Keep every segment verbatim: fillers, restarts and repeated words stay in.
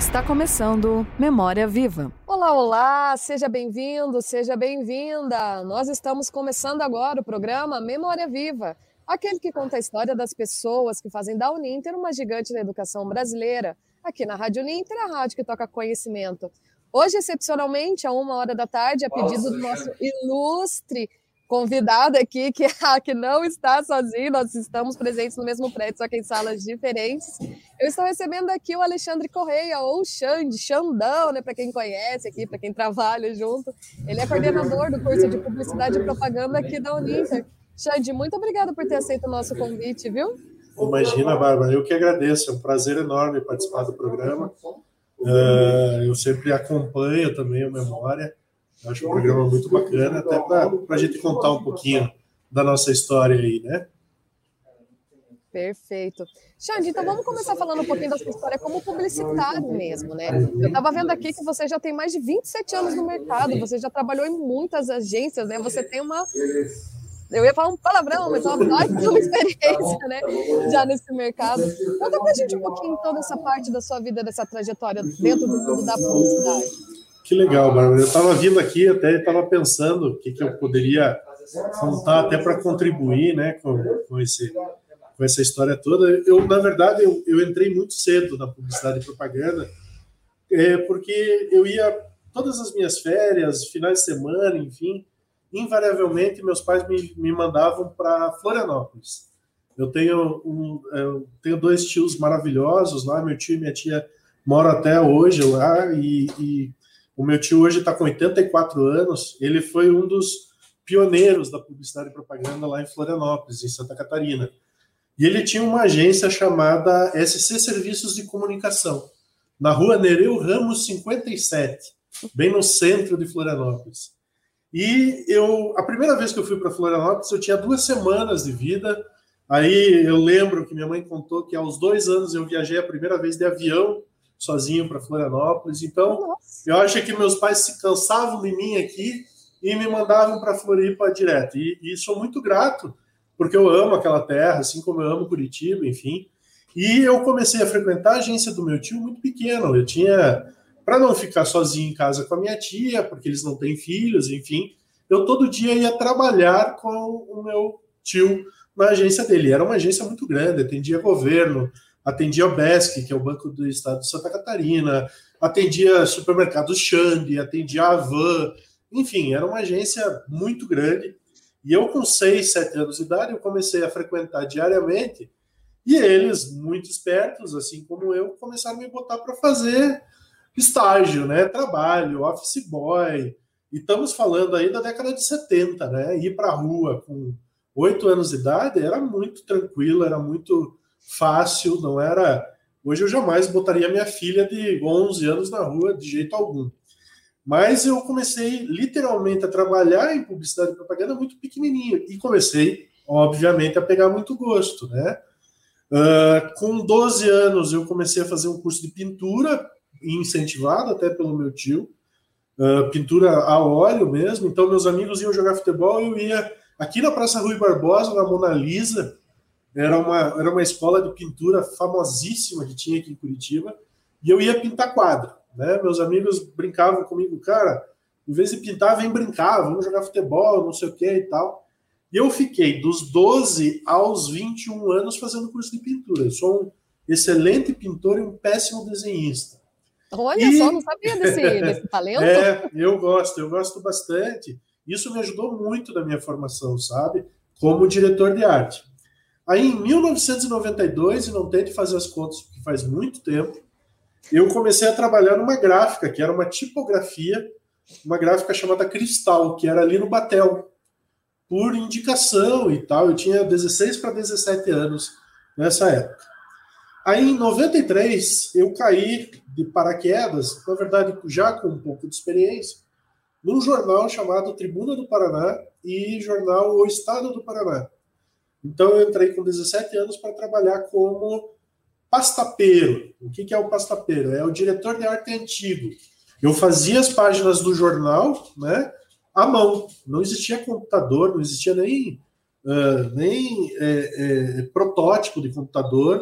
Está começando Memória Viva. Olá, olá, seja bem-vindo, seja bem-vinda. Nós estamos começando agora o programa Memória Viva, aquele que conta a história das pessoas que fazem da Uninter uma gigante da educação brasileira, aqui na Rádio Uninter, a rádio que toca conhecimento. Hoje, excepcionalmente, a uma hora da tarde, a pedido Nossa, do nosso ilustre convidado aqui, que, que não está sozinho, nós estamos presentes no mesmo prédio, só que em salas diferentes. Eu estou recebendo aqui o Alexandre Correia, ou Xande, Xandão, né, para quem conhece aqui, para quem trabalha junto. Ele é coordenador do curso de Publicidade e Propaganda aqui da Uninter. Xande, muito obrigada por ter aceito o nosso convite, viu? Imagina, Bárbara, eu que agradeço, é um prazer enorme participar do programa. Uh, eu sempre acompanho também o Memória. Acho um programa muito bacana, até para a gente contar um pouquinho da nossa história aí, né? Perfeito. Xande, então vamos começar falando um pouquinho da sua história como publicitário mesmo, né? Eu estava vendo aqui que você já tem mais de vinte e sete anos no mercado, você já trabalhou em muitas agências, né? Você tem uma... Eu ia falar um palavrão, mas é uma baita uma experiência, né? Já nesse mercado. Conta pra gente um pouquinho, então, dessa parte da sua vida, dessa trajetória dentro do mundo da publicidade. Que legal, Bárbara. Eu estava vindo aqui até estava pensando o que, que eu poderia contar até para contribuir, né, com, com, esse, com essa história toda. Eu, na verdade, eu, eu entrei muito cedo na publicidade e propaganda, é, porque eu ia todas as minhas férias, finais de semana, enfim, invariavelmente meus pais me, me mandavam para Florianópolis. Eu tenho, um, eu tenho dois tios maravilhosos lá, meu tio e minha tia moram até hoje lá, e, e o meu tio hoje está com oitenta e quatro anos, ele foi um dos pioneiros da publicidade e propaganda lá em Florianópolis, em Santa Catarina. E ele tinha uma agência chamada S C Serviços de Comunicação, na rua Nereu Ramos cinquenta e sete, bem no centro de Florianópolis. E eu, a primeira vez que eu fui para Florianópolis, eu tinha duas semanas de vida. Aí eu lembro que minha mãe contou que aos dois anos eu viajei a primeira vez de avião, sozinho para Florianópolis. Então, Nossa. eu acho que meus pais se cansavam de mim aqui e me mandavam para Floripa direto. E, e sou muito grato, porque eu amo aquela terra, assim como eu amo Curitiba, enfim. E eu comecei a frequentar a agência do meu tio muito pequeno. Eu tinha, para não ficar sozinho em casa com a minha tia, porque eles não têm filhos, enfim, eu todo dia ia trabalhar com o meu tio na agência dele. Era uma agência muito grande, atendia governo, atendia o BESC, que é o Banco do Estado de Santa Catarina, atendia supermercado Xande, atendia a Avan, enfim, era uma agência muito grande. E eu, com seis, sete anos de idade, eu comecei a frequentar diariamente, e eles, muito espertos, assim como eu, começaram a me botar para fazer estágio, né, trabalho, office boy, e estamos falando aí da década de setenta, né, ir para a rua com oito anos de idade era muito tranquilo, era muito fácil, não era... Hoje eu jamais botaria minha filha de onze anos na rua, de jeito algum. Mas eu comecei, literalmente, a trabalhar em publicidade e propaganda muito pequenininho. E comecei, obviamente, a pegar muito gosto, né? Uh, com doze anos, eu comecei a fazer um curso de pintura, incentivado até pelo meu tio. Uh, pintura a óleo mesmo. Então, meus amigos iam jogar futebol, eu ia aqui na Praça Rui Barbosa, na Mona Lisa. Era uma, era uma escola de pintura famosíssima que tinha aqui em Curitiba, e eu ia pintar quadro, né? Meus amigos brincavam comigo, cara, em vez de pintar, vem brincar, vamos jogar futebol, não sei o que e tal. E eu fiquei dos doze aos vinte e um anos fazendo curso de pintura. Eu sou um excelente pintor e um péssimo desenhista. Olha e... só, não sabia desse, desse talento. É, eu gosto, eu gosto bastante. Isso me ajudou muito na minha formação, sabe? Como diretor de arte. Aí, em mil novecentos e noventa e dois, e não tente fazer as contas, porque faz muito tempo, eu comecei a trabalhar numa gráfica, que era uma tipografia, uma gráfica chamada Cristal, que era ali no Batel, por indicação e tal. Eu tinha dezesseis para dezessete anos nessa época. Aí, em noventa e três, eu caí de paraquedas, na verdade, já com um pouco de experiência, num jornal chamado Tribuna do Paraná e jornal O Estado do Paraná. Então, eu entrei com dezessete anos para trabalhar como pastapeiro. O que é o pastapeiro? É o diretor de arte antigo. Eu fazia as páginas do jornal, né, à mão. Não existia computador, não existia nem, uh, nem é, é, protótipo de computador.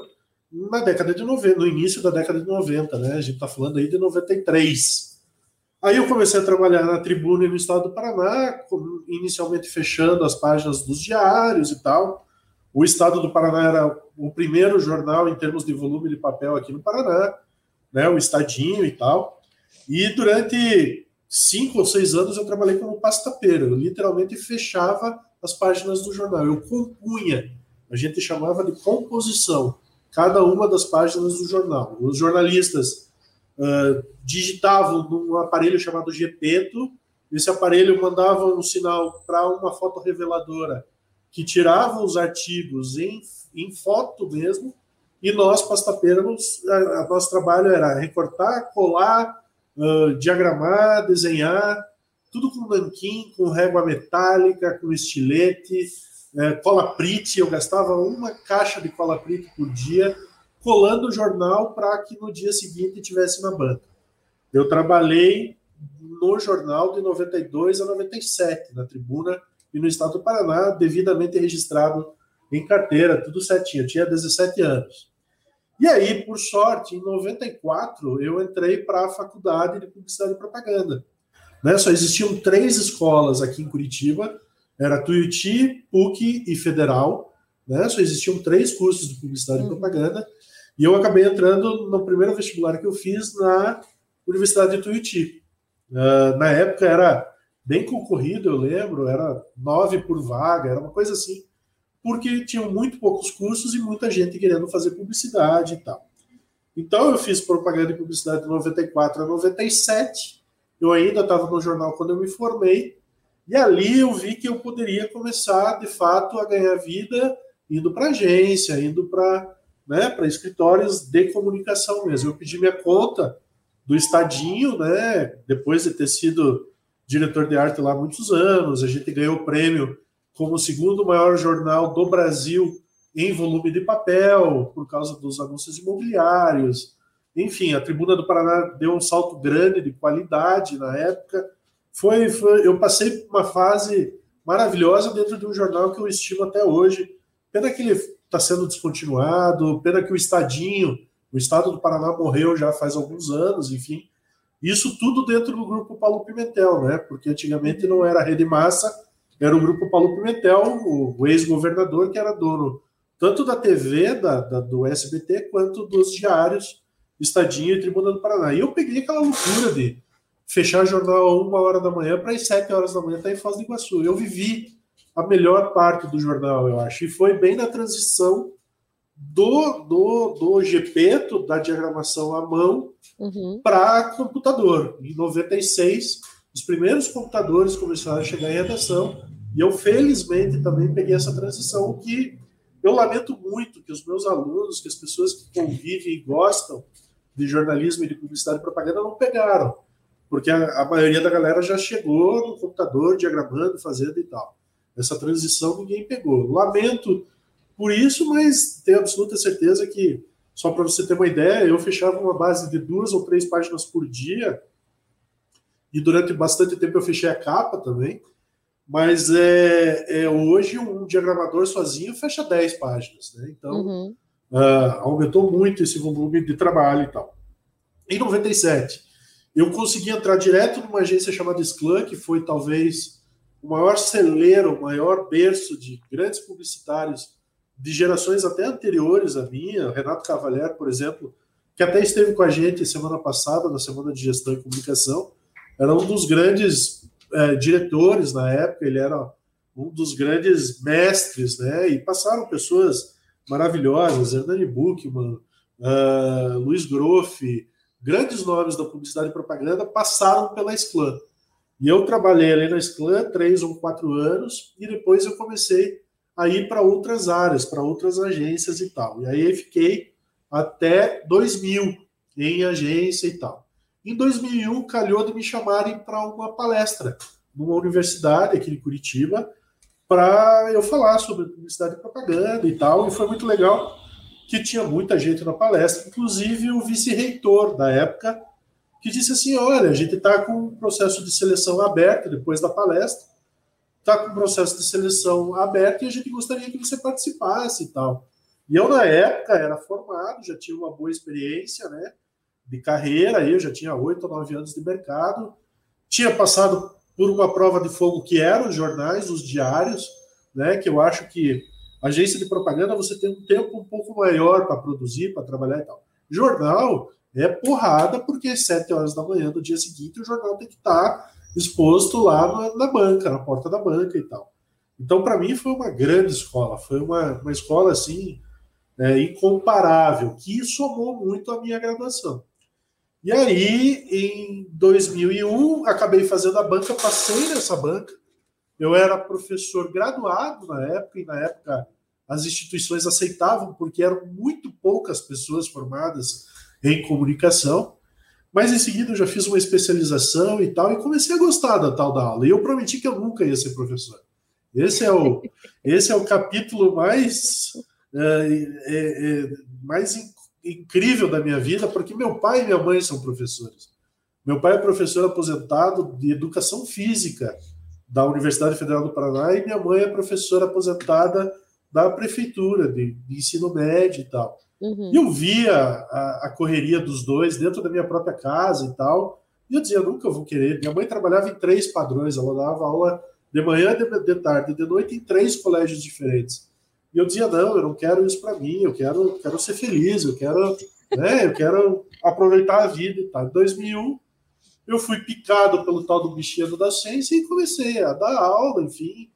na década de noventa, no início da década de noventa, né? A gente está falando aí de noventa e três. Aí eu comecei a trabalhar na Tribuna e no Estado do Paraná, inicialmente fechando as páginas dos diários e tal. O Estado do Paraná era o primeiro jornal em termos de volume de papel aqui no Paraná, né? O Estadinho e tal. E durante cinco ou seis anos eu trabalhei como pastapeiro. Eu literalmente fechava as páginas do jornal. Eu compunha. A gente chamava de composição cada uma das páginas do jornal. Os jornalistas uh, digitavam num aparelho chamado Gepeto. Esse aparelho mandava um sinal para uma fotorreveladora que tirava os artigos em, em foto mesmo, e nós, pastapeiros, a, a nosso trabalho era recortar, colar, uh, diagramar, desenhar, tudo com nanquim, com régua metálica, com estilete, é, cola prite. Eu gastava uma caixa de cola prite por dia, colando o jornal para que no dia seguinte tivesse na banca. Eu trabalhei no jornal de noventa e dois a noventa e sete, na Tribuna e no Estado do Paraná, devidamente registrado em carteira, tudo certinho. Eu tinha dezessete anos. E aí, por sorte, em noventa e quatro, eu entrei para a Faculdade de Publicidade e Propaganda. Né? Só existiam três escolas aqui em Curitiba, era Tuiuti, P U C e Federal, né? Só existiam três cursos de Publicidade uhum. e Propaganda, e eu acabei entrando no primeiro vestibular que eu fiz na Universidade de Tuiuti. Uh, na época era bem concorrido, eu lembro, era nove por vaga, era uma coisa assim, porque tinham muito poucos cursos e muita gente querendo fazer publicidade e tal. Então eu fiz propaganda e publicidade de noventa e quatro a noventa e sete, eu ainda estava no jornal quando eu me formei, e ali eu vi que eu poderia começar, de fato, a ganhar vida indo para agência, indo para, né, para escritórios de comunicação mesmo. Eu pedi minha conta do Estadinho, né, depois de ter sido diretor de arte lá há muitos anos. A gente ganhou o prêmio como o segundo maior jornal do Brasil em volume de papel, por causa dos anúncios imobiliários. Enfim, a Tribuna do Paraná deu um salto grande de qualidade na época. Foi, foi, eu passei uma fase maravilhosa dentro de um jornal que eu estimo até hoje. Pena que ele está sendo descontinuado, pena que o Estadinho, o Estado do Paraná morreu já faz alguns anos, enfim. Isso tudo dentro do Grupo Paulo Pimentel, né? Porque antigamente não era a Rede Massa, era o Grupo Paulo Pimentel, o, o ex-governador, que era dono tanto da T V, da, da, do S B T, quanto dos diários Estadinho e Tribuna do Paraná. E eu peguei aquela loucura de fechar jornal a uma hora da manhã para as sete horas da manhã estar em Foz do Iguaçu. Eu vivi a melhor parte do jornal, eu acho, e foi bem na transição do, do, do Gepeto, da diagramação à mão, uhum. para computador. Em noventa e seis, os primeiros computadores começaram a chegar em redação, e eu, felizmente, também peguei essa transição, o que eu lamento muito que os meus alunos, que as pessoas que convivem e gostam de jornalismo e de publicidade e propaganda não pegaram. Porque a, a maioria da galera já chegou no computador, diagramando, fazendo e tal. Essa transição ninguém pegou. Lamento por isso, mas tenho absoluta certeza que, só para você ter uma ideia, eu fechava uma base de duas ou três páginas por dia, e durante bastante tempo eu fechei a capa também, mas é, é, hoje um diagramador sozinho fecha dez páginas, né? Então, uhum. uh, aumentou muito esse volume de trabalho e tal. Em noventa e sete, eu consegui entrar direto numa agência chamada Sclan, que foi talvez o maior celeiro, o maior berço de grandes publicitários de gerações até anteriores à minha. Renato Cavalier, por exemplo, que até esteve com a gente semana passada, na Semana de Gestão e Comunicação, era um dos grandes é, diretores na época, ele era um dos grandes mestres, né? E passaram pessoas maravilhosas, Hernani Buchmann, uh, Luiz Groff, grandes nomes da publicidade e propaganda passaram pela Sclan. E eu trabalhei ali na Sclan três ou quatro anos, e depois eu comecei a ir para outras áreas, para outras agências e tal. E aí eu fiquei até dois mil em agência e tal. Em dois mil e um, calhou de me chamarem para uma palestra numa universidade aqui em Curitiba, para eu falar sobre publicidade e propaganda e tal, e foi muito legal, que tinha muita gente na palestra, inclusive o vice-reitor da época, que disse assim, olha, a gente está com um processo de seleção aberto depois da palestra, está com um processo de seleção aberto e a gente gostaria que você participasse e tal. E eu, na época, era formado, já tinha uma boa experiência, né, de carreira, eu já tinha oito ou nove anos de mercado, tinha passado por uma prova de fogo que eram os jornais, os diários, né, que eu acho que agência de propaganda você tem um tempo um pouco maior para produzir, para trabalhar e tal. Jornal é porrada, porque às sete horas da manhã do dia seguinte o jornal tem que estar exposto lá na, na banca, na porta da banca e tal. Então, para mim, foi uma grande escola, foi uma, uma escola, assim, é, incomparável, que somou muito à minha graduação. E aí, em dois mil e um, acabei fazendo a banca, passei nessa banca. Eu era professor graduado na época, e na época as instituições aceitavam, porque eram muito poucas pessoas formadas em comunicação. Mas em seguida eu já fiz uma especialização e tal, e comecei a gostar da tal da aula. E eu prometi que eu nunca ia ser professor. Esse é o, esse é o capítulo mais, é, é, é, mais in, incrível da minha vida, porque meu pai e minha mãe são professores. Meu pai é professor aposentado de educação física da Universidade Federal do Paraná, e minha mãe é professora aposentada da prefeitura, de, de ensino médio e tal. Uhum. E eu via a, a correria dos dois dentro da minha própria casa e tal, e eu dizia, nunca vou querer. Minha mãe trabalhava em três padrões, ela dava aula de manhã, de, de tarde, de noite, em três colégios diferentes. E eu dizia, não, eu não quero isso para mim, eu quero, quero ser feliz, eu quero, né, eu quero aproveitar a vida e tal. Em dois mil e um, eu fui picado pelo tal do bichinho da ciência e comecei a dar aula, enfim.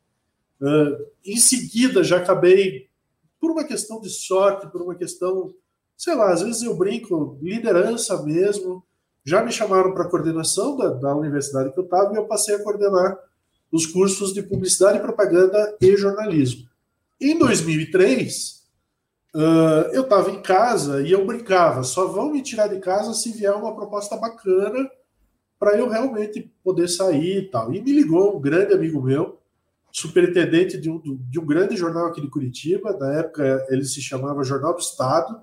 Uh, em seguida, já acabei, por uma questão de sorte, por uma questão, sei lá, às vezes eu brinco, liderança mesmo. Já me chamaram para a coordenação da, da universidade que eu estava e eu passei a coordenar os cursos de publicidade, propaganda e jornalismo. Em dois mil e três, uh, eu estava em casa e eu brincava, só vão me tirar de casa se vier uma proposta bacana para eu realmente poder sair e tal. E me ligou um grande amigo meu, superintendente de um, de um grande jornal aqui de Curitiba, na época ele se chamava Jornal do Estado,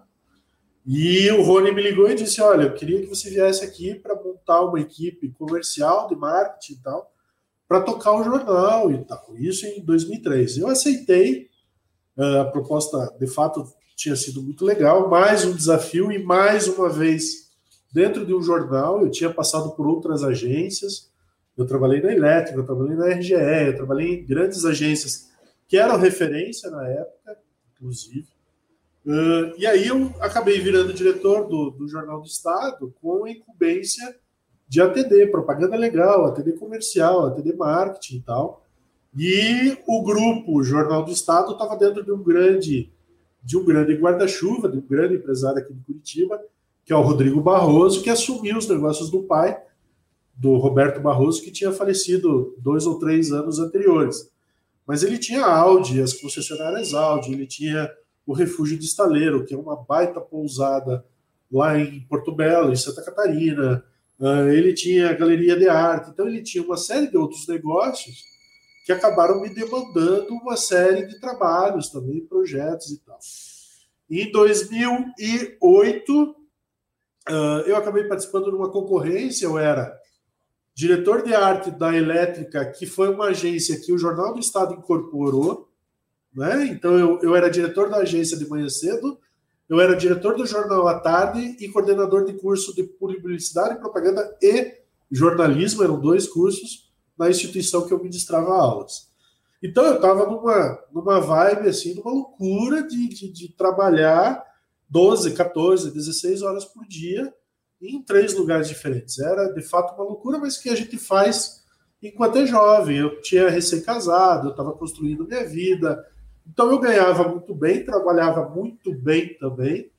e o Rony me ligou e disse, olha, eu queria que você viesse aqui para montar uma equipe comercial de marketing e tal, para tocar o jornal e tal. Isso em dois mil e três. Eu aceitei, a proposta de fato tinha sido muito legal, mais um desafio e mais uma vez dentro de um jornal. Eu tinha passado por outras agências, eu trabalhei na Elétrica, eu trabalhei na R G E, eu trabalhei em grandes agências que eram referência na época, inclusive. Uh, e aí eu acabei virando diretor do, do Jornal do Estado com a incumbência de atender propaganda legal, atender comercial, atender marketing e tal. E o grupo o Jornal do Estado estava dentro de um grande, de um grande guarda-chuva, de um grande empresário aqui de Curitiba, que é o Rodrigo Barroso, que assumiu os negócios do pai, do Roberto Barroso, que tinha falecido dois ou três anos anteriores. Mas ele tinha a Audi, as concessionárias Audi, ele tinha o Refúgio de Estaleiro, que é uma baita pousada lá em Porto Belo, em Santa Catarina. Ele tinha a Galeria de Arte. Então ele tinha uma série de outros negócios que acabaram me demandando uma série de trabalhos também, projetos e tal. Em dois mil e oito, eu acabei participando de uma concorrência, eu era diretor de arte da Elétrica, que foi uma agência que o Jornal do Estado incorporou, né? Então eu, eu era diretor da agência de manhã cedo, eu era diretor do jornal à tarde e coordenador de curso de publicidade, propaganda e jornalismo, eram dois cursos na instituição que eu ministrava aulas. Então eu estava numa, numa vibe, assim, numa loucura de, de, de trabalhar doze, quatorze, dezesseis horas por dia em três lugares diferentes. Era, de fato, uma loucura, mas que a gente faz enquanto é jovem. Eu tinha recém-casado, eu estava construindo minha vida, então eu ganhava muito bem, trabalhava muito bem também,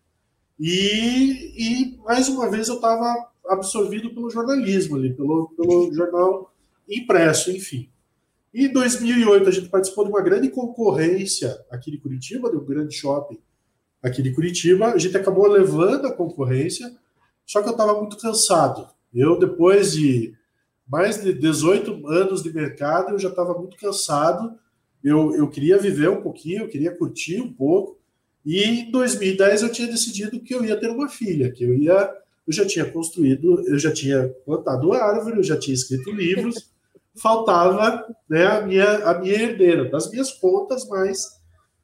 e, e mais uma vez eu estava absorvido pelo jornalismo, ali, pelo, pelo jornal impresso, enfim. E em dois mil e oito a gente participou de uma grande concorrência aqui de Curitiba, de um grande shopping aqui de Curitiba. A gente acabou levando a concorrência, só que eu estava muito cansado. Eu, depois de mais de dezoito anos de mercado, eu já estava muito cansado. Eu, eu queria viver um pouquinho, eu queria curtir um pouco. E em dois mil e dez eu tinha decidido que eu ia ter uma filha, que eu ia, eu já tinha construído, eu já tinha plantado árvore, eu já tinha escrito livros, faltava, né, a minha, a minha herdeira, das minhas contas, mas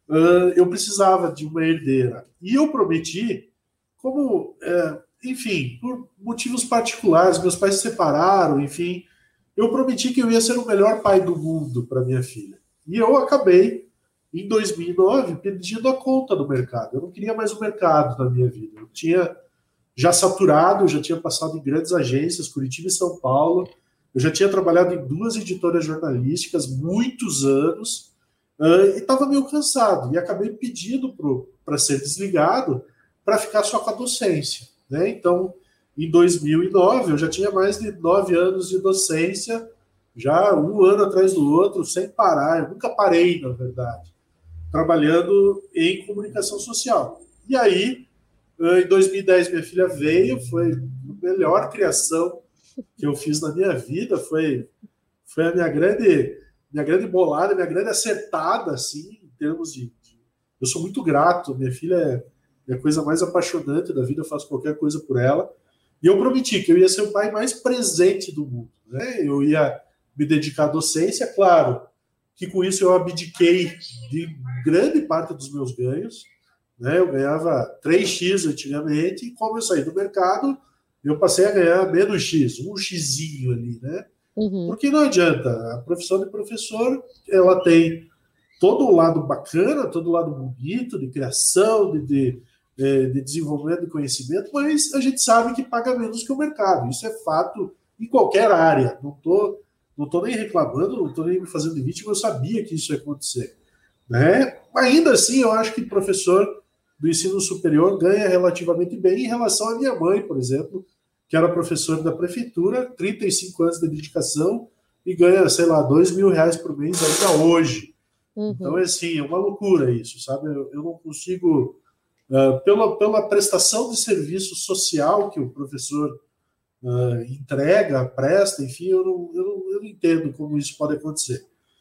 uh, eu precisava de uma herdeira. E eu prometi, como, uh, enfim, por motivos particulares, meus pais se separaram, enfim, eu prometi que eu ia ser o melhor pai do mundo para minha filha. E eu acabei, em dois mil e nove, pedindo a conta do mercado. Eu não queria mais o mercado na minha vida. Eu tinha já saturado, eu já tinha passado em grandes agências, Curitiba e São Paulo. Eu já tinha trabalhado em duas editoras jornalísticas, muitos anos, uh, e estava meio cansado. E acabei pedindo para ser desligado para ficar só com a docência, né? Então, em dois mil e nove, eu já tinha mais de nove anos de docência, já um ano atrás do outro, sem parar. Eu nunca parei, na verdade, trabalhando em comunicação social. E aí, em dois mil e dez, minha filha veio, foi a melhor criação que eu fiz na minha vida, foi, foi a minha grande, minha grande bolada, minha grande acertada, assim, em termos de, de... Eu sou muito grato, minha filha é a coisa mais apaixonante da vida, eu faço qualquer coisa por ela. E eu prometi que eu ia ser o pai mais presente do mundo, né? Eu ia me dedicar à docência, claro, que com isso eu abdiquei de grande parte dos meus ganhos, né? Eu ganhava três x antigamente, e como eu saí do mercado, eu passei a ganhar menos X, um xizinho ali, né? Uhum. Porque não adianta, a profissão de professor, ela tem todo o lado bacana, todo o lado bonito, de criação, de, de, de desenvolvimento de conhecimento, mas a gente sabe que paga menos que o mercado. Isso é fato em qualquer área. Não estou não tô nem reclamando, não estou nem me fazendo de vítima, eu sabia que isso ia acontecer, né? Ainda assim, eu acho que professor do ensino superior ganha relativamente bem em relação à minha mãe, por exemplo, que era professora da prefeitura, trinta e cinco anos de dedicação e ganha, sei lá, dois mil reais por mês ainda hoje. Uhum. Então, é assim, é uma loucura isso, sabe? Eu, eu não consigo, uh, pela, pela prestação de serviço social que o professor uh, entrega, presta, enfim, eu não, eu, não, eu não entendo como isso pode acontecer.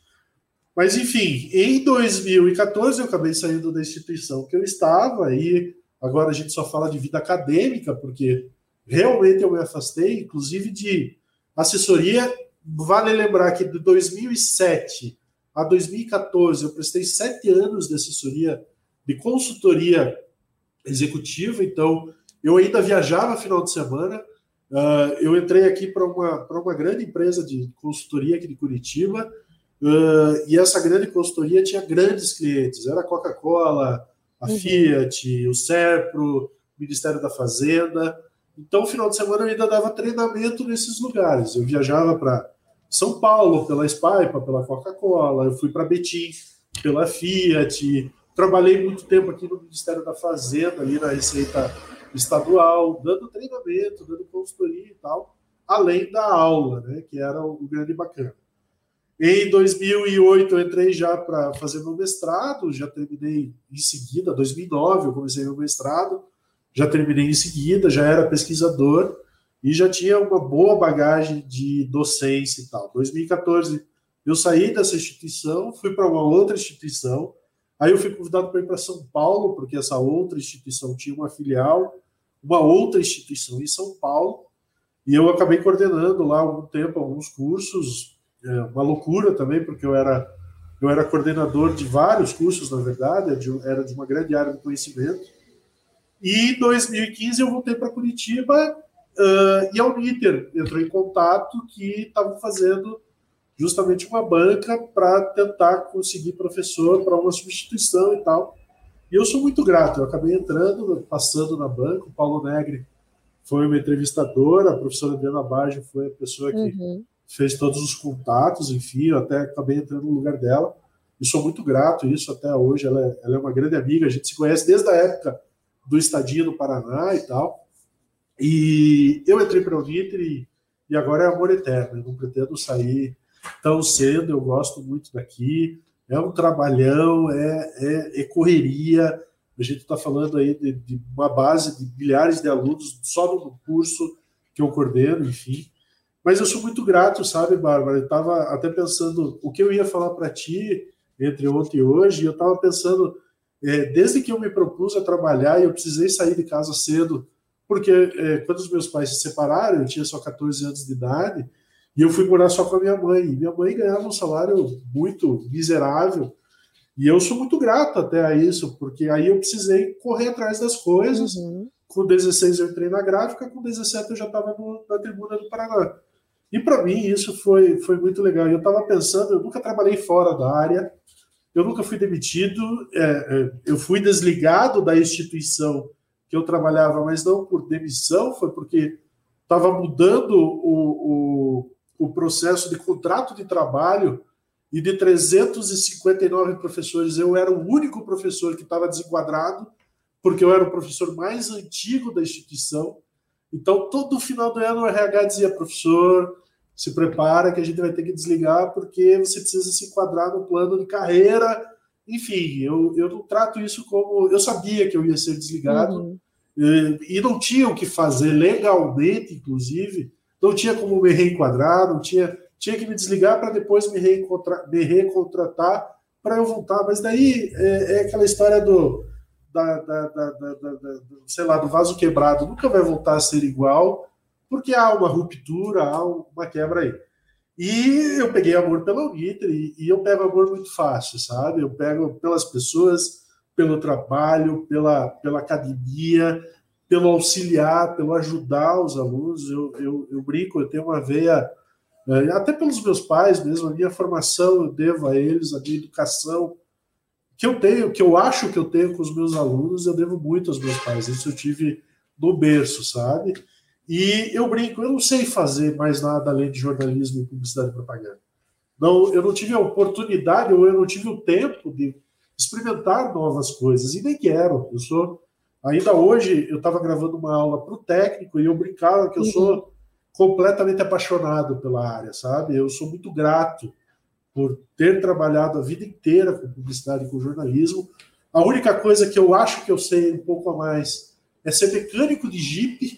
Mas, enfim, em dois mil e quatorze eu acabei saindo da instituição que eu estava e agora a gente só fala de vida acadêmica, porque realmente eu me afastei, inclusive de assessoria. Vale lembrar que de dois mil e sete a dois mil e quatorze eu prestei sete anos de assessoria, de consultoria executiva, então eu ainda viajava final de semana. Uh, eu entrei aqui para uma, para uma grande empresa de consultoria aqui de Curitiba, Uh, e essa grande consultoria tinha grandes clientes, era a Coca-Cola, a uhum. Fiat, o Serpro, o Ministério da Fazenda. Então, no final de semana eu ainda dava treinamento nesses lugares. Eu viajava para São Paulo pela Spaipa, pela Coca-Cola, eu fui para Betim pela Fiat, trabalhei muito tempo aqui no Ministério da Fazenda, ali na Receita Estadual, dando treinamento, dando consultoria e tal, além da aula, né, que era o grande bacana. Em dois mil e oito eu entrei já para fazer meu mestrado, já terminei em seguida, dois mil e nove eu comecei meu mestrado, já terminei em seguida, já era pesquisador e já tinha uma boa bagagem de docência e tal. dois mil e quatorze eu saí dessa instituição, fui para uma outra instituição, aí eu fui convidado para ir para São Paulo, porque essa outra instituição tinha uma filial, uma outra instituição em São Paulo, e eu acabei coordenando lá algum tempo, alguns cursos. É uma loucura também, porque eu era, eu era coordenador de vários cursos, na verdade, era de uma grande área de conhecimento. E em dois mil e quinze eu voltei para Curitiba uh, e a Uniter entrou em contato que estavam fazendo justamente uma banca para tentar conseguir professor para uma substituição e tal. E eu sou muito grato, eu acabei entrando, passando na banca, o Paulo Negri foi uma entrevistadora, a professora Adriana Baggio foi a pessoa que uhum. fez todos os contatos, enfim, eu até acabei entrando no lugar dela, e sou muito grato isso até hoje, ela é, ela é uma grande amiga, a gente se conhece desde a época do Estadinho no Paraná e tal, e eu entrei para a Uniter e, e agora é amor eterno, eu não pretendo sair tão cedo, eu gosto muito daqui, é um trabalhão, é, é, é correria, a gente está falando aí de, de uma base de milhares de alunos só no curso que eu coordeno, enfim. Mas eu sou muito grato, sabe, Bárbara? Eu estava até pensando o que eu ia falar para ti entre ontem e hoje, e eu estava pensando, é, desde que eu me propus a trabalhar, e eu precisei sair de casa cedo, porque é, quando os meus pais se separaram, eu tinha só quatorze anos de idade, e eu fui morar só com a minha mãe. E minha mãe ganhava um salário muito miserável, E eu sou muito grato até a isso, porque aí eu precisei correr atrás das coisas. Uhum. Com dezesseis eu entrei na gráfica, com dezessete eu já estava na Tribuna do Paraná. E para mim isso foi, foi muito legal. Eu estava pensando, eu nunca trabalhei fora da área, eu nunca fui demitido, é, é, eu fui desligado da instituição que eu trabalhava, mas não por demissão, foi porque estava mudando o, o, o processo de contrato de trabalho. E de trezentos e cinquenta e nove professores, eu era o único professor que estava desenquadrado, porque eu era o professor mais antigo da instituição. Então, todo final do ano, o R H dizia, professor, se prepara que a gente vai ter que desligar, porque você precisa se enquadrar no plano de carreira. Enfim, eu, eu não trato isso como... Eu sabia que eu ia ser desligado, uhum. e, e não tinha o que fazer legalmente, inclusive. Não tinha como me reenquadrar, não tinha... Tinha que me desligar para depois me, me recontratar para eu voltar. Mas daí é, é aquela história do, da, da, da, da, da, da, sei lá, do vaso quebrado. Nunca vai voltar a ser igual, porque há uma ruptura, há uma quebra aí. E eu peguei amor pela Uniter, e, e eu pego amor muito fácil, sabe? Eu pego pelas pessoas, pelo trabalho, pela, pela academia, pelo auxiliar, pelo ajudar os alunos. Eu, eu, eu brinco, eu tenho uma veia... Até pelos meus pais mesmo, a minha formação eu devo a eles, a minha educação que eu tenho, que eu acho que eu tenho com os meus alunos, eu devo muito aos meus pais. Isso eu tive no berço, sabe? E eu brinco, eu não sei fazer mais nada além de jornalismo e publicidade e propaganda. Não, eu não tive a oportunidade, ou eu não tive o tempo de experimentar novas coisas, e nem quero. Eu sou, ainda hoje, eu estava gravando uma aula para o técnico e eu brincava que eu sou completamente apaixonado pela área, sabe? Eu sou muito grato por ter trabalhado a vida inteira com publicidade e com jornalismo. A única coisa que eu acho que eu sei um pouco a mais é ser mecânico de Jeep,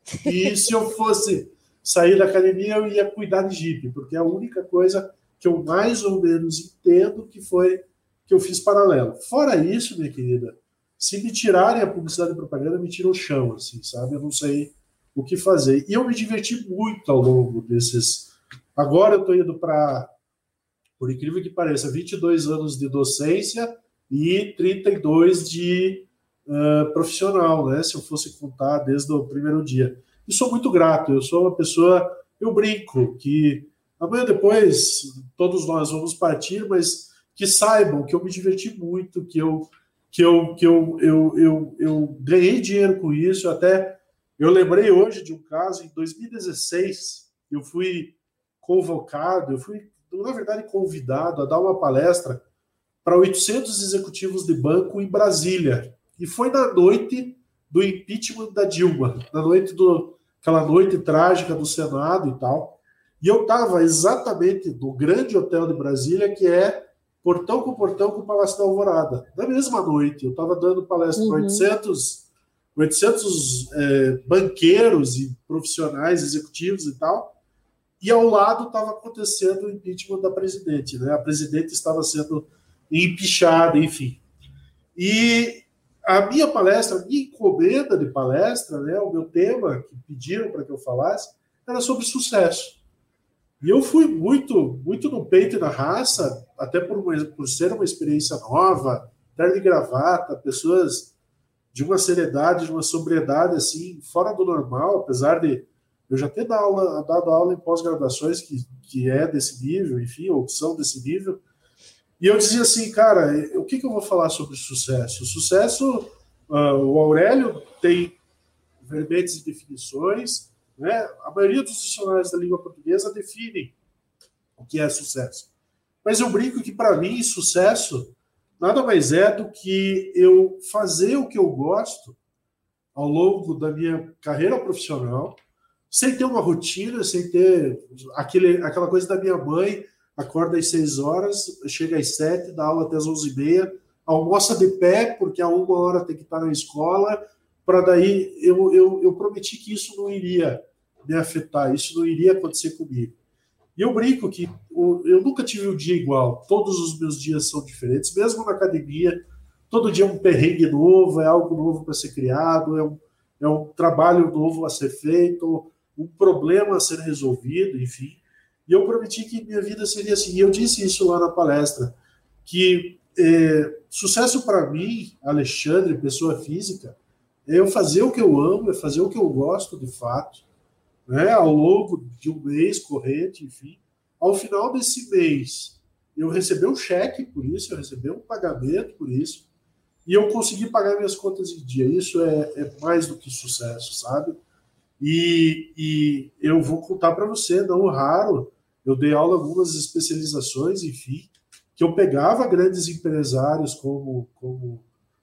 e se eu fosse sair da academia, eu ia cuidar de Jeep, porque é a única coisa que eu mais ou menos entendo que foi que eu fiz paralelo. Fora isso, minha querida, se me tirarem a publicidade e propaganda, me tira o chão, assim, sabe? Eu não sei o que fazer. E eu me diverti muito ao longo desses... Agora eu estou indo para, por incrível que pareça, vinte e dois anos de docência e trinta e dois de uh, profissional, né? Se eu fosse contar desde o primeiro dia. E sou muito grato. Eu sou uma pessoa... Eu brinco que amanhã depois todos nós vamos partir, mas que saibam que eu me diverti muito, que eu, que eu, que eu, eu, eu, eu ganhei dinheiro com isso, até... Eu lembrei hoje de um caso, em dois mil e dezesseis, eu fui convocado, eu fui, na verdade, convidado a dar uma palestra para oitocentos executivos de banco em Brasília. E foi na noite do impeachment da Dilma, na noite do, aquela noite trágica do Senado e tal. E eu estava exatamente no grande hotel de Brasília, que é portão com portão com o Palácio da Alvorada. Na mesma noite, eu estava dando palestra uhum. para oitocentos... oitocentos é, banqueiros e profissionais, executivos e tal, e ao lado estava acontecendo o impeachment da presidente, né? A presidente estava sendo empichada, enfim. E a minha palestra, a minha encomenda de palestra, né, o meu tema que pediram para que eu falasse, era sobre sucesso. E eu fui muito, muito no peito e na raça, até por, uma, por ser uma experiência nova, terno e gravata, pessoas de uma seriedade, de uma sobriedade, assim, fora do normal, apesar de eu já ter dado aula, dado aula em pós-graduações que, que é desse nível, enfim, ou que são desse nível, e eu dizia assim, cara, o que, que eu vou falar sobre sucesso? O sucesso, uh, o Aurélio tem verbetes e definições, né? A maioria dos dicionários da língua portuguesa definem o que é sucesso. Mas eu brinco que, para mim, sucesso nada mais é do que eu fazer o que eu gosto ao longo da minha carreira profissional, sem ter uma rotina, sem ter aquele, aquela coisa da minha mãe, acorda às seis horas, chega às sete, dá aula até às onze e meia, almoça de pé, porque a uma hora tem que estar na escola, para daí eu, eu, eu prometi que isso não iria me afetar, isso não iria acontecer comigo. E eu brinco que eu nunca tive um dia igual, todos os meus dias são diferentes, mesmo na academia, todo dia é um perrengue novo, é algo novo para ser criado, é um, é um trabalho novo a ser feito, um problema a ser resolvido, enfim. E eu prometi que minha vida seria assim, e eu disse isso lá na palestra, que é, sucesso para mim, Alexandre, pessoa física, é eu fazer o que eu amo, é fazer o que eu gosto de fato, né? Ao longo de um mês corrente, enfim. Ao final desse mês, eu recebi um cheque por isso, eu recebi um pagamento por isso, e eu consegui pagar minhas contas em dia. Isso é, é mais do que sucesso, sabe? E, e eu vou contar para você, não raro, eu dei aula em algumas especializações, enfim, que eu pegava grandes empresários como, como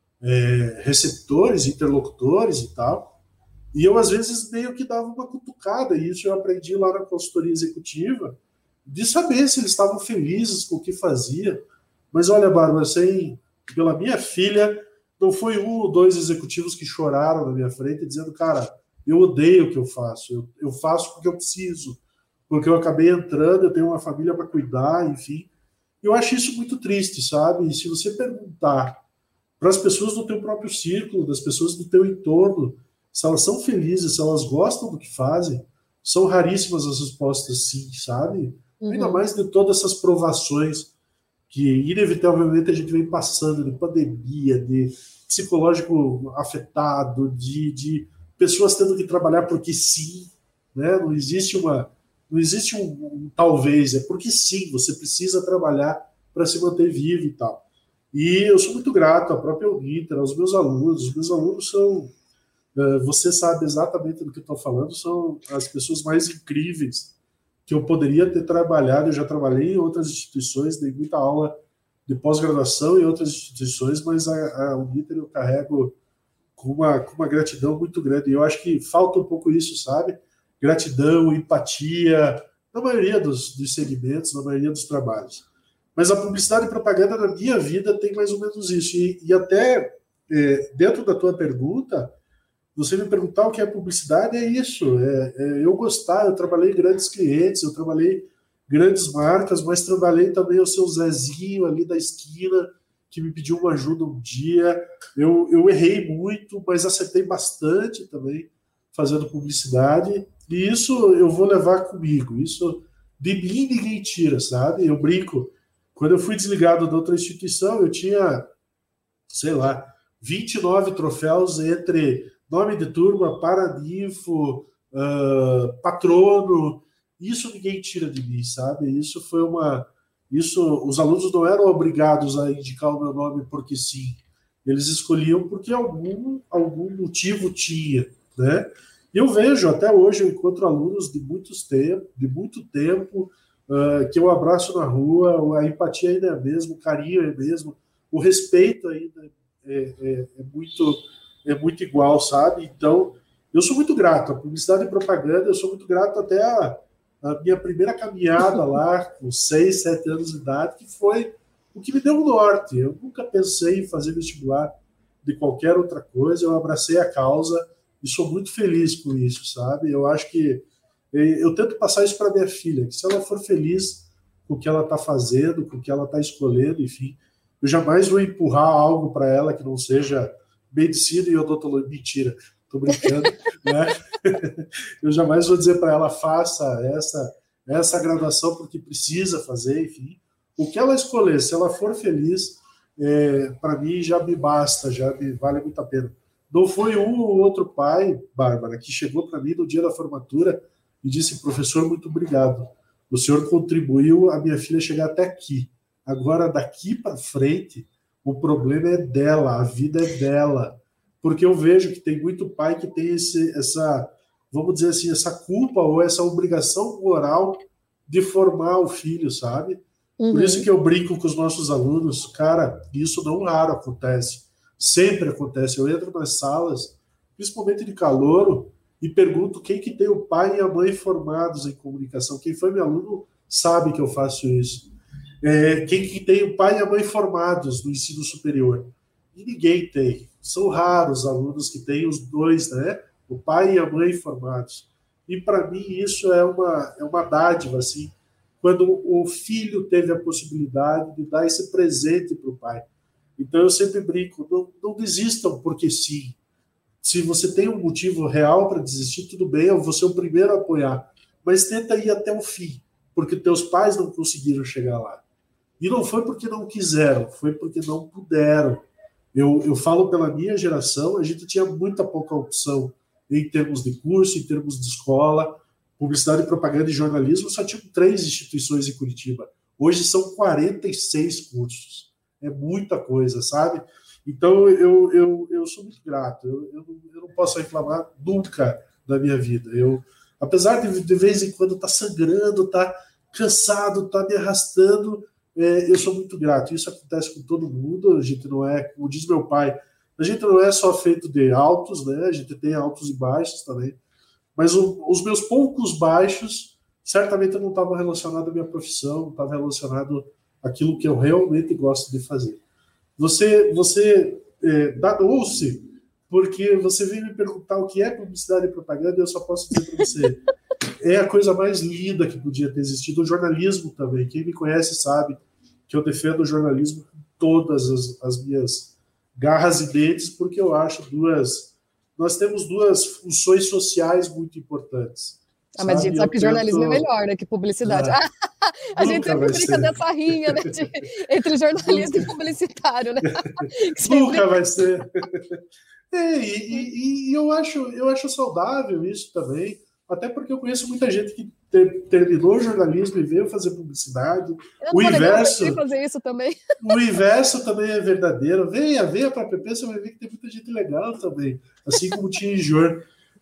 é, receptores, interlocutores e tal, e eu, às vezes, meio que dava uma cutucada, e isso eu aprendi lá na consultoria executiva, de saber se eles estavam felizes com o que fazia. Mas olha, Bárbara, sem, pela minha filha, não foi um ou dois executivos que choraram na minha frente dizendo, cara, eu odeio o que eu faço, eu, eu faço porque eu preciso, porque eu acabei entrando, eu tenho uma família para cuidar, enfim. Eu acho isso muito triste, sabe? E se você perguntar para as pessoas do teu próprio círculo, das pessoas do teu entorno, se elas são felizes, se elas gostam do que fazem, são raríssimas as respostas sim, sabe? Uhum. Ainda mais de todas essas provações que, inevitavelmente, a gente vem passando, de pandemia, de psicológico afetado, de, de pessoas tendo que trabalhar porque sim, né? Não existe uma, não existe um, um talvez, é porque sim, você precisa trabalhar para se manter vivo e tal. E eu sou muito grato à própria Uninter, aos meus alunos. Os meus alunos são, você sabe exatamente do que eu estou falando, são as pessoas mais incríveis que eu poderia ter trabalhado. Eu já trabalhei em outras instituições, dei muita aula de pós-graduação em outras instituições, mas a, a Uninter eu carrego com uma, com uma gratidão muito grande. E eu acho que falta um pouco isso, sabe? Gratidão, empatia, na maioria dos, dos segmentos, na maioria dos trabalhos. Mas a publicidade e propaganda na minha vida tem mais ou menos isso. E, e até é, dentro da tua pergunta, você me perguntar o que é publicidade, é isso. É, é eu gostar, eu trabalhei em grandes clientes, eu trabalhei grandes marcas, mas trabalhei também o seu Zezinho ali da esquina, que me pediu uma ajuda um dia. Eu, eu errei muito, mas acertei bastante também fazendo publicidade. E isso eu vou levar comigo. Isso de mim ninguém tira, sabe? Eu brinco. Quando eu fui desligado da outra instituição, eu tinha, sei lá, vinte e nove troféus entre nome de turma, paraninfo, uh, patrono. Isso ninguém tira de mim, sabe? Isso foi uma... Isso, os alunos não eram obrigados a indicar o meu nome porque sim. Eles escolhiam porque algum, algum motivo tinha, né? E eu vejo, até hoje, eu encontro alunos de, muitos tempo, de muito tempo, uh, que eu abraço na rua, a empatia ainda é a mesma, o carinho é o mesmo, o respeito ainda é, é, é, muito, é muito igual, sabe? Então, eu sou muito grato. A publicidade e propaganda, eu sou muito grato até a, a minha primeira caminhada lá, com seis, sete anos de idade, que foi o que me deu um norte. Eu nunca pensei em fazer vestibular de qualquer outra coisa, eu abracei a causa e sou muito feliz com isso, sabe? Eu acho que eu tento passar isso para minha filha, que se ela for feliz com o que ela está fazendo, com o que ela está escolhendo, enfim, eu jamais vou empurrar algo para ela que não seja medicina e odontologia. Mentira, estou brincando, né? Eu jamais vou dizer para ela, faça essa, essa graduação porque precisa fazer, enfim. O que ela escolher, se ela for feliz, é, para mim já me basta, já me vale muito a pena. Não foi um ou outro pai, Bárbara, que chegou para mim no dia da formatura e disse, professor, muito obrigado. O senhor contribuiu a minha filha chegar até aqui. Agora, daqui para frente, o problema é dela, a vida é dela. Porque eu vejo que tem muito pai que tem esse, essa, vamos dizer assim, essa culpa ou essa obrigação moral de formar o filho, sabe? Uhum. Por isso que eu brinco com os nossos alunos, cara, isso não raro acontece. Sempre acontece. Eu entro nas salas, principalmente de calouro, e pergunto quem que tem o pai e a mãe formados em comunicação. Quem foi meu aluno sabe que eu faço isso. É, quem que tem o pai e a mãe formados no ensino superior? E ninguém tem. São raros alunos que têm os dois, né? O pai e a mãe formados. E para mim isso é uma, é uma dádiva, assim, quando o filho teve a possibilidade de dar esse presente para o pai. Então eu sempre brinco, não, não desistam porque sim. Se você tem um motivo real para desistir, tudo bem, eu vou ser o primeiro a apoiar. Mas tenta ir até o fim, porque teus pais não conseguiram chegar lá. E não foi porque não quiseram, foi porque não puderam. Eu, eu falo pela minha geração, a gente tinha muita pouca opção em termos de curso, em termos de escola. Publicidade, propaganda e jornalismo só tinham três instituições em Curitiba. Hoje são quarenta e seis cursos. É muita coisa, sabe? Então, eu, eu, eu sou muito grato. Eu, eu, eu não posso reclamar nunca da minha vida. Eu, apesar de, de vez em quando estar tá sangrando, estar tá cansado, estar tá me arrastando, é, eu sou muito grato. Isso acontece com todo mundo. A gente não é, como diz meu pai, a gente não é só feito de altos, né? A gente tem altos e baixos também. Mas o, os meus poucos baixos, certamente não estavam relacionados à minha profissão, não estavam relacionados àquilo que eu realmente gosto de fazer. Você, você é, danou-se porque você veio me perguntar o que é publicidade e propaganda, e eu só posso dizer para você, é a coisa mais linda que podia ter existido. O jornalismo também. Quem me conhece sabe que eu defendo o jornalismo com todas as, as minhas garras e dentes, porque eu acho duas... Nós temos duas funções sociais muito importantes. Ah, mas a gente sabe que jornalismo tento... é melhor, né, que publicidade. Ah, a gente sempre brinca ser. dessa rinha, né, de, entre jornalista e publicitário, né? Sempre... Nunca vai ser. É, e, e, e eu, acho, eu acho saudável isso também, até porque eu conheço muita gente que ter, terminou jornalismo e veio fazer publicidade. O inverso, fazer isso também. O inverso também é verdadeiro. Venha, venha para a P P, você vai ver que tem muita gente legal também, assim como tinha em Jor.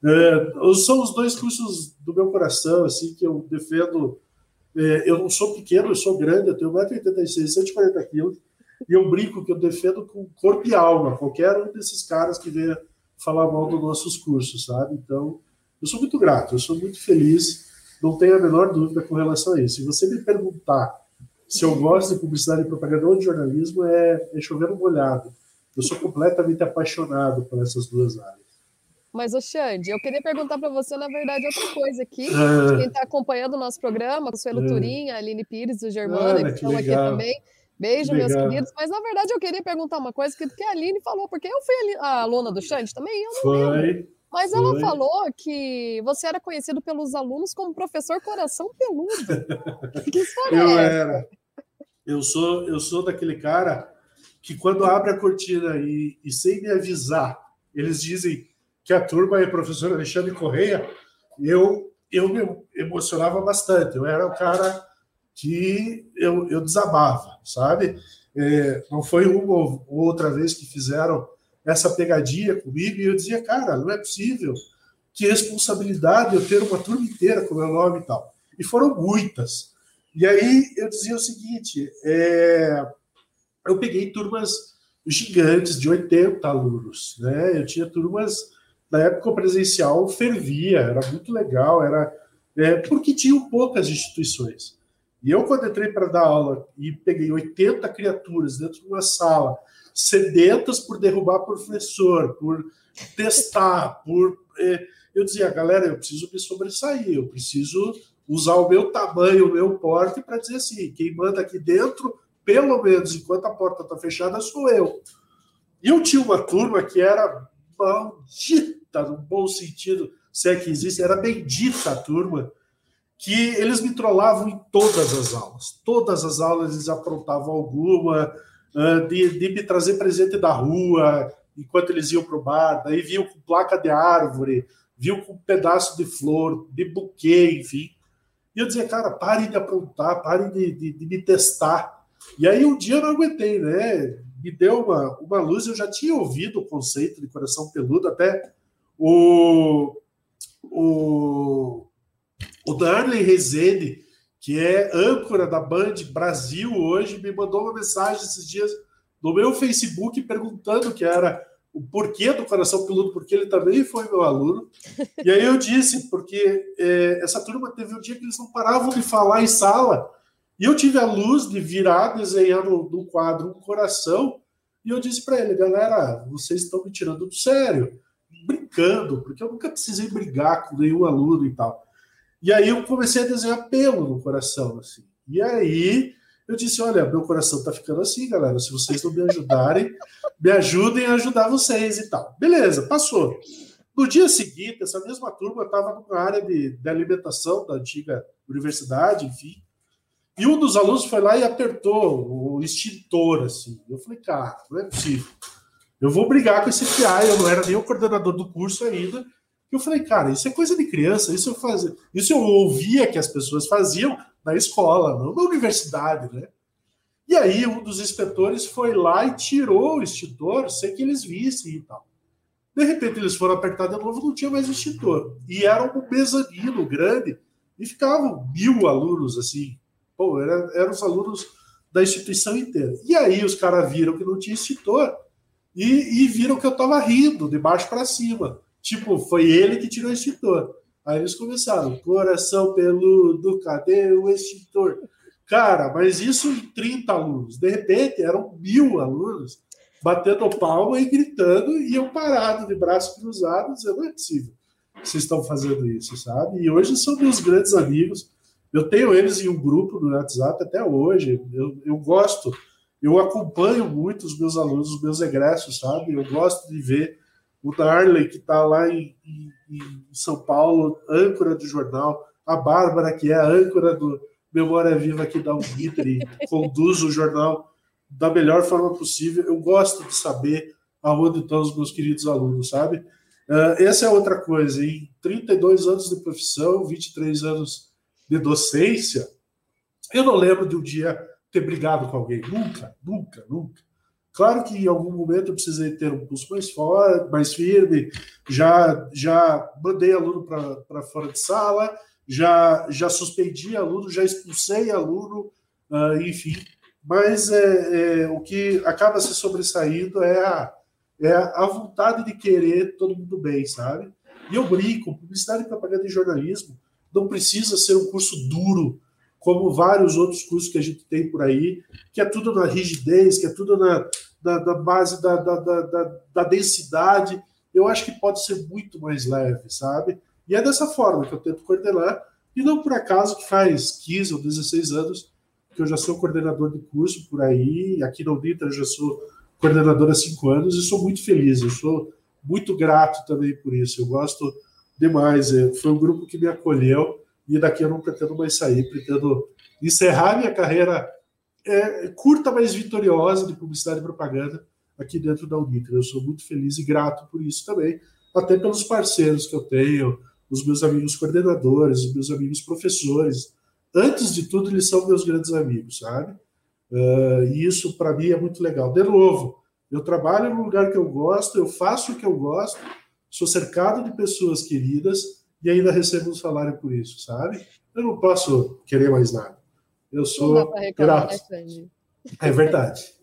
É, são os dois cursos do meu coração, assim, que eu defendo. É, eu não sou pequeno, eu sou grande, eu tenho um metro e oitenta e seis, cento e quarenta quilos, e eu brinco que eu defendo com corpo e alma qualquer um desses caras que venha falar mal dos nossos cursos, sabe? Então, eu sou muito grato, eu sou muito feliz, não tenho a menor dúvida com relação a isso. Se você me perguntar se eu gosto de publicidade e propaganda ou de jornalismo, é, é chover no molhado. Eu sou completamente apaixonado por essas duas áreas. Mas, ô Xande, eu queria perguntar para você, na verdade, outra coisa aqui. Uh, Quem está acompanhando o nosso programa, o Suelo uh, Turim, a Aline Pires e o Germano, que estão aqui também. Beijo, meus queridos. Mas, na verdade, eu queria perguntar uma coisa que, que a Aline falou, porque eu fui a aluna do Xande também, eu não foi, lembro. Mas foi. ela falou que você era conhecido pelos alunos como professor coração peludo. Que história eu é essa? Era. Eu sou, eu sou daquele cara que, quando abre a cortina e, e sem me avisar, eles dizem que a turma é professor Alexandre Correia, eu, eu me emocionava bastante. Eu era o cara que eu, eu desabava, sabe? É, não foi uma ou outra vez que fizeram essa pegadinha comigo e eu dizia, cara, não é possível, que responsabilidade eu ter uma turma inteira com o meu nome e tal. E foram muitas. E aí eu dizia o seguinte, é, eu peguei turmas gigantes de oitenta alunos, né? Eu tinha turmas... Na época, o presencial fervia, era muito legal, era é, porque tinham poucas instituições. E eu, quando entrei para dar aula e peguei oitenta criaturas dentro de uma sala, sedentas por derrubar professor, por testar, por... É, eu dizia, galera, eu preciso me sobressair, eu preciso usar o meu tamanho, o meu porte para dizer assim, quem manda aqui dentro, pelo menos enquanto a porta está fechada, sou eu. E eu tinha uma turma que era maldita, no bom sentido, se é que existe, era bendita a turma, que eles me trollavam em todas as aulas. Todas as aulas eles aprontavam alguma, de, de me trazer presente da rua, enquanto eles iam para o bar, daí vinham com placa de árvore, vinham com um pedaço de flor, de buquê, enfim. E eu dizia, cara, parem de aprontar, parem de, de, de me testar. E aí um dia eu não aguentei, né? Me deu uma, uma luz, eu já tinha ouvido o conceito de coração peludo, até o, o, o Darley Rezende, que é âncora da Band Brasil hoje, me mandou uma mensagem esses dias no meu Facebook perguntando o que era o porquê do coração peludo, porque ele também foi meu aluno. E aí eu disse, porque é, essa turma teve um dia que eles não paravam de falar em sala, e eu tive a luz de virar, desenhar no, no quadro um coração, e eu disse para ele, galera, vocês estão me tirando do sério, brincando, porque eu nunca precisei brigar com nenhum aluno e tal. E aí eu comecei a desenhar pelo no coração, assim. E aí eu disse, olha, meu coração está ficando assim, galera, se vocês não me ajudarem, me ajudem a ajudar vocês e tal. Beleza, passou. No dia seguinte, essa mesma turma estava numa área de, de alimentação da antiga universidade, enfim, E um dos alunos foi lá e apertou o extintor, assim. Eu falei, cara, não é possível. Eu vou brigar com esse P I, eu não era nem o coordenador do curso ainda. Eu falei, cara, isso é coisa de criança, isso eu fazia, isso eu ouvia que as pessoas faziam na escola, não na universidade, né? E aí um dos inspetores foi lá e tirou o extintor sem que eles vissem e tal. De repente eles foram apertar de novo, não tinha mais extintor. E era um mezanino grande e ficavam mil alunos, assim. Pô, era, eram os alunos da instituição inteira. E aí os caras viram que não tinha extintor e, e viram que eu estava rindo de baixo para cima. Tipo, foi ele que tirou o extintor. Aí eles começaram, coração peludo, cadê o extintor? Cara, mas isso em trinta alunos. De repente, eram mil alunos batendo palma e gritando e eu parado de braços cruzados, dizendo, não é possível que vocês estão fazendo isso, sabe? E hoje são meus grandes amigos. Eu tenho eles em um grupo no WhatsApp até hoje. Eu, eu gosto, eu acompanho muito os meus alunos, os meus egressos, sabe? Eu gosto de ver o Darley, que está lá em, em, em São Paulo, âncora do jornal, a Bárbara, que é a âncora do Memória Viva aqui da Uniter e conduz o jornal da melhor forma possível. Eu gosto de saber aonde estão os meus queridos alunos, sabe? Uh, essa é outra coisa. Em trinta e dois anos de profissão, vinte e três anos de docência, eu não lembro de um dia ter brigado com alguém. Nunca, nunca, nunca. Claro que em algum momento eu precisei ter um pulso mais forte, mais firme, já, já mandei aluno para fora de sala, já, já suspendi aluno, já expulsei aluno, uh, enfim. Mas é, é, o que acaba se sobressaindo é a, é a vontade de querer todo mundo bem, sabe? E eu brinco, publicidade, propaganda e jornalismo não precisa ser um curso duro, como vários outros cursos que a gente tem por aí, que é tudo na rigidez, que é tudo na, na, na base da, da, da, da densidade. Eu acho que pode ser muito mais leve, sabe? E é dessa forma que eu tento coordenar, e não por acaso que faz quinze ou dezesseis anos que eu já sou coordenador de curso por aí, aqui na Uniter eu já sou coordenador há cinco anos e sou muito feliz, eu sou muito grato também por isso, eu gosto demais, foi um grupo que me acolheu e daqui eu não pretendo mais sair, pretendo encerrar minha carreira é, curta, mas vitoriosa de publicidade e propaganda aqui dentro da Uniter. Eu sou muito feliz e grato por isso também, até pelos parceiros que eu tenho, os meus amigos coordenadores, os meus amigos professores. Antes de tudo, eles são meus grandes amigos, sabe? Uh, e isso, para mim, é muito legal. De novo, eu trabalho no lugar que eu gosto, eu faço o que eu gosto, sou cercado de pessoas queridas e ainda recebo um salário por isso, sabe? Eu não posso querer mais nada. Eu sou não dá pra reclamar, grato. né, Xande? É verdade.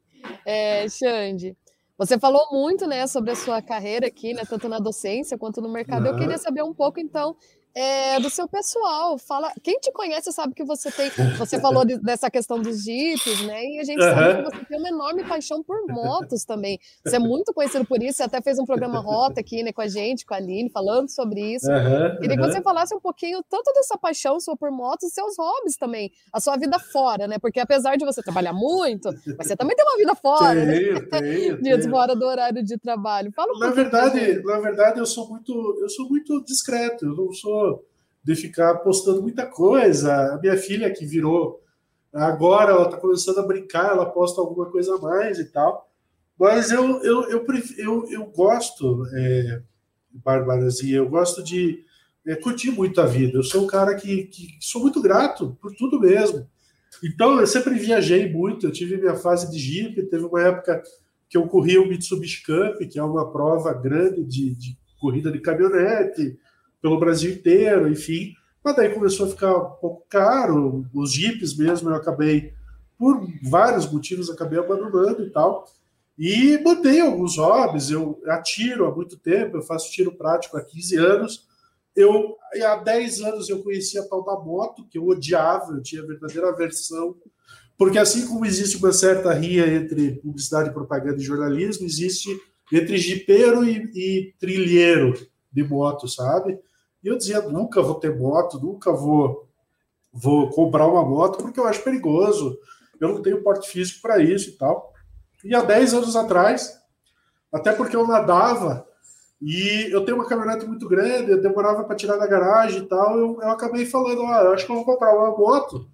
É, Xande, você falou muito, né, sobre a sua carreira aqui, né, tanto na docência quanto no mercado. Eu queria saber um pouco, então, é, do seu pessoal. Fala, quem te conhece sabe que você tem. Você falou de, dessa questão dos jipes, né? E a gente uhum. sabe que você tem uma enorme paixão por motos também. Você é muito conhecido por isso. Você até fez um programa Rota aqui, né, com a gente, com a Aline, falando sobre isso. Uhum. Queria que você falasse um pouquinho tanto dessa paixão sua por motos e seus hobbies também, a sua vida fora, né? Porque apesar de você trabalhar muito, mas você também tem uma vida fora, tenho, né? Tenho, Dias tenho. fora do horário de trabalho. Fala um na verdade, na verdade, eu sou muito, eu sou muito discreto. Eu não sou de ficar postando muita coisa. A minha filha que virou agora, ela está começando a brincar, ela posta alguma coisa a mais e tal. Mas eu, eu, eu, eu, eu gosto, é, Bárbarazinha, eu gosto de é, curtir muito a vida. Eu sou um cara que, que sou muito grato por tudo mesmo. Então, eu sempre viajei muito. Eu tive minha fase de Jeep, teve uma época que eu corri o Mitsubishi Cup, que é uma prova grande de, de corrida de caminhonete, pelo Brasil inteiro, enfim. Mas daí começou a ficar um pouco caro, os jipes mesmo, eu acabei, por vários motivos, acabei abandonando e tal. E mantenho alguns hobbies, eu atiro há muito tempo, eu faço tiro prático há quinze anos. Eu, há dez anos eu conhecia a tal da moto, que eu odiava, eu tinha a verdadeira aversão, porque assim como existe uma certa rinha entre publicidade, propaganda e jornalismo, existe entre jipeiro e, e trilheiro de moto, sabe? E eu dizia, nunca vou ter moto, nunca vou, vou comprar uma moto, porque eu acho perigoso, eu não tenho porte físico para isso e tal. E há dez anos atrás, até porque eu nadava, e eu tenho uma caminhonete muito grande, eu demorava para tirar da garagem e tal, eu, eu acabei falando, ah, eu acho que eu vou comprar uma moto,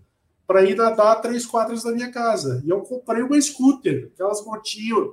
para ir nadar a três quadras da minha casa. E eu comprei uma scooter, aquelas motinhas,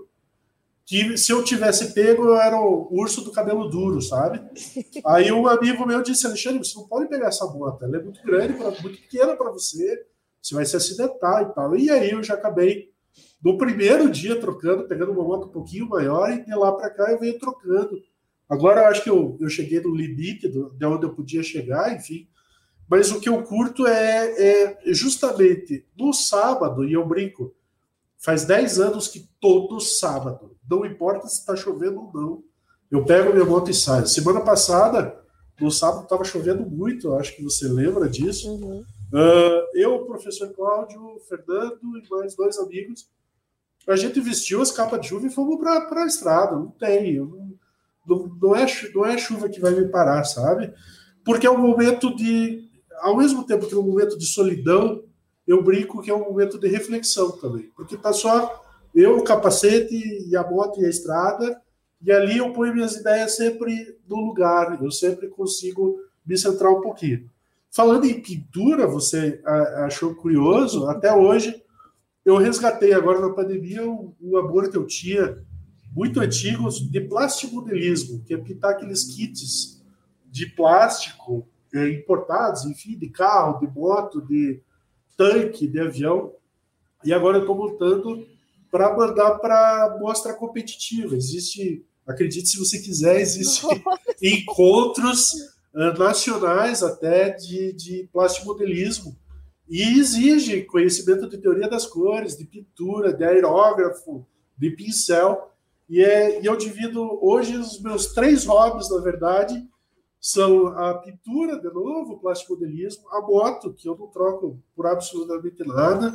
que se eu tivesse pego, eu era o urso do cabelo duro, sabe? Aí um amigo meu disse, Alexandre, você não pode pegar essa moto, ela é muito grande, pra, muito pequena para você, você vai se acidentar e tal. E aí eu já acabei, no primeiro dia, trocando, pegando uma moto um pouquinho maior, e de lá para cá eu venho trocando. Agora eu acho que eu, eu cheguei no limite do, de onde eu podia chegar, enfim. Mas o que eu curto é, é justamente no sábado, e eu brinco, faz dez anos que todo sábado, não importa se está chovendo ou não, eu pego minha moto e saio. Semana passada, no sábado, estava chovendo muito, acho que você lembra disso. Uhum. Uh, eu, o professor Cláudio, o Fernando e mais dois amigos, a gente vestiu as capas de chuva e fomos para a estrada. Não tem, não, não, não, é, não é chuva que vai me parar, sabe? Porque é um momento de, ao mesmo tempo que é um momento de solidão, eu brinco que é um momento de reflexão também, porque tá só eu, o capacete e a moto e a estrada, e ali eu ponho minhas ideias sempre no lugar, eu sempre consigo me centrar um pouquinho. Falando em pintura, você achou curioso, até hoje eu resgatei agora na pandemia um, um amor que eu tinha, muito antigo, de plastimodelismo, que é pintar aqueles kits de plástico é, importados, enfim, de carro, de moto, de tanque, de avião, e agora eu estou montando para mandar para mostra competitiva. Existe, acredite se você quiser, existem encontros uh, nacionais até de, de plastimodelismo, e exige conhecimento de teoria das cores, de pintura, de aerógrafo, de pincel, e, é, e eu divido hoje os meus três hobbies, na verdade, são a pintura, de novo, o plastimodelismo, a moto, que eu não troco por absolutamente nada,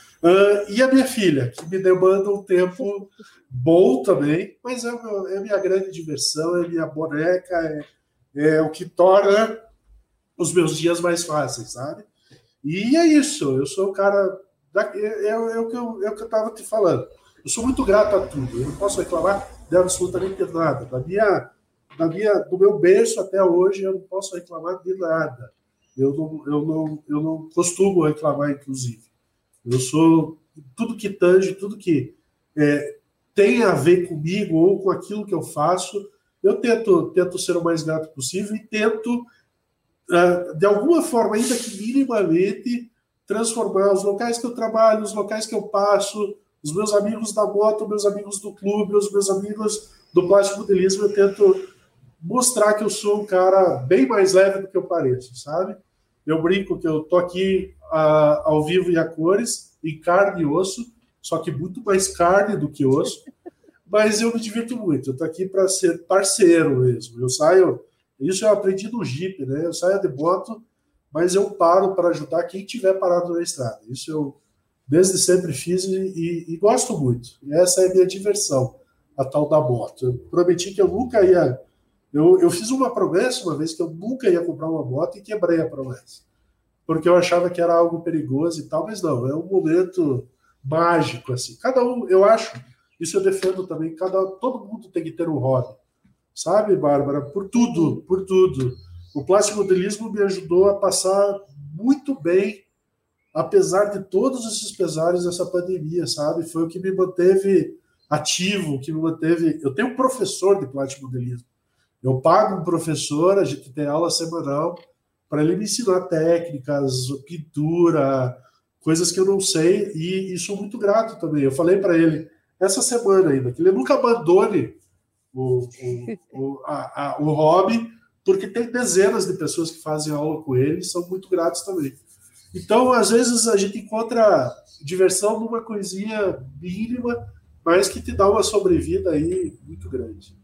uh, e a minha filha, que me demanda um tempo bom também, mas é, é a minha grande diversão, é a minha boneca, é, é o que torna os meus dias mais fáceis, sabe? E é isso, eu sou o cara, da, é, é, é o que eu é estava te falando, eu sou muito grato a tudo, eu não posso reclamar de absolutamente nada, da minha... Da minha, do meu berço até hoje, eu não posso reclamar de nada. Eu não, eu não, eu não costumo reclamar, inclusive. Eu sou tudo que tange, tudo que é, tem a ver comigo ou com aquilo que eu faço, eu tento, tento ser o mais grato possível e tento, uh, de alguma forma, ainda que minimamente, transformar os locais que eu trabalho, os locais que eu passo, os meus amigos da moto, meus amigos do clube, os meus amigos do plastimodelismo, eu tento mostrar que eu sou um cara bem mais leve do que eu pareço, sabe? Eu brinco que eu tô aqui uh, ao vivo e a cores, em carne e osso, só que muito mais carne do que osso, mas eu me divirto muito. Eu tô aqui para ser parceiro mesmo. Eu saio, isso eu aprendi no Jeep, né? Eu saio de moto, mas eu paro para ajudar quem tiver parado na estrada. Isso eu desde sempre fiz e, e, e gosto muito. E essa é a minha diversão, a tal da moto. Eu prometi que eu nunca ia... Eu, eu fiz uma promessa uma vez que eu nunca ia comprar uma moto e quebrei a promessa. Porque eu achava que era algo perigoso e tal, mas não, é um momento mágico, assim. Cada um, eu acho, isso eu defendo também, cada, todo mundo tem que ter um hobby. Sabe, Bárbara? Por tudo, por tudo. O plastimodelismo me ajudou a passar muito bem, apesar de todos esses pesares dessa pandemia, sabe? Foi o que me manteve ativo, o que me manteve... Eu tenho um professor de plastimodelismo. Eu pago um professor, a gente tem aula semanal, para ele me ensinar técnicas, pintura, coisas que eu não sei, e, e sou muito grato também. Eu falei para ele, essa semana ainda, que ele nunca abandone o, o, o, a, a, o hobby, porque tem dezenas de pessoas que fazem aula com ele e são muito gratos também. Então, às vezes, a gente encontra diversão numa coisinha mínima, mas que te dá uma sobrevida aí muito grande.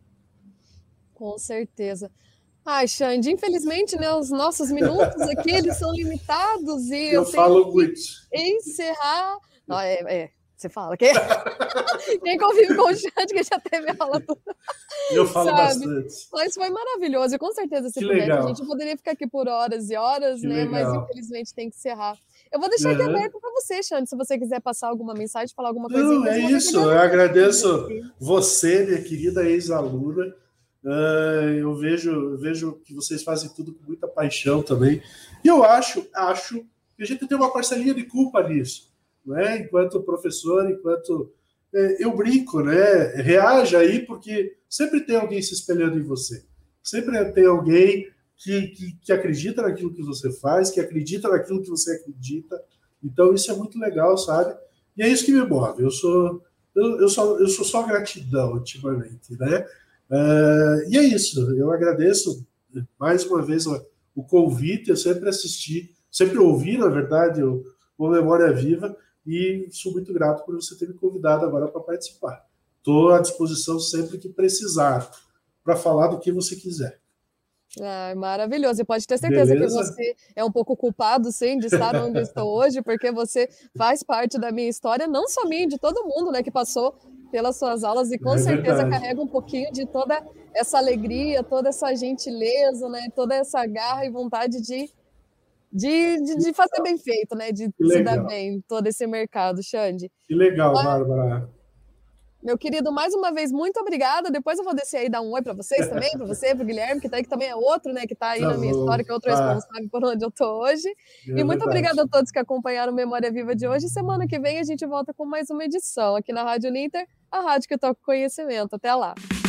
Com certeza. Ai, Xande, infelizmente, né, os nossos minutos aqui, eles são limitados e eu, eu falo muito. Encerrar... Não, é, é, você fala. Quem, Quem convive com o Xande, que já teve aula toda. Eu falo sabe? bastante. Mas foi maravilhoso. E com certeza, se que pudesse, legal. a gente poderia ficar aqui por horas e horas, que né? Legal. Mas infelizmente tem que encerrar. Eu vou deixar aqui uhum. aberto para você, Xande, se você quiser passar alguma mensagem, falar alguma coisa. Não, é isso. Eu agradeço você, minha querida ex-aluna. Uh, eu vejo, eu vejo que vocês fazem tudo com muita paixão também. E eu acho, acho a gente tem uma parcelinha de culpa nisso, né? Enquanto professor, enquanto... É, eu brinco, né? Reaja aí, porque sempre tem alguém se espelhando em você. Sempre tem alguém que, que, que acredita naquilo que você faz, que acredita naquilo que você acredita. Então, isso é muito legal, sabe? E é isso que me move. Eu sou, eu, eu sou, eu sou só gratidão, ultimamente, né? Uh, e é isso. Eu agradeço mais uma vez o, o convite. Eu sempre assisti, sempre ouvi, na verdade, o, o Memória Viva, e sou muito grato por você ter me convidado agora para participar. Estou à disposição sempre que precisar, para falar do que você quiser. Ah, maravilhoso. E pode ter certeza Beleza? Que você é um pouco culpado, sim, de estar onde eu estou hoje, porque você faz parte da minha história, não só minha, de todo mundo, né, que passou pelas suas aulas e com é certeza verdade. Carrega um pouquinho de toda essa alegria, toda essa gentileza, né, toda essa garra e vontade de, de, de, de fazer bem feito, né, de se dar bem em todo esse mercado, Xande. Que legal, Mas... Bárbara. Meu querido, mais uma vez, muito obrigada. Depois eu vou descer aí e dar um oi para vocês também, para você, para o Guilherme, que tá aí, que também é outro, né, que está aí tá na minha bom. História, que é outro tá. Responsável por onde eu estou hoje. É e muito verdade. Obrigada a todos que acompanharam Memória Viva de hoje. Semana que vem a gente volta com mais uma edição aqui na Rádio Uninter, a rádio que toca conhecimento. Até lá.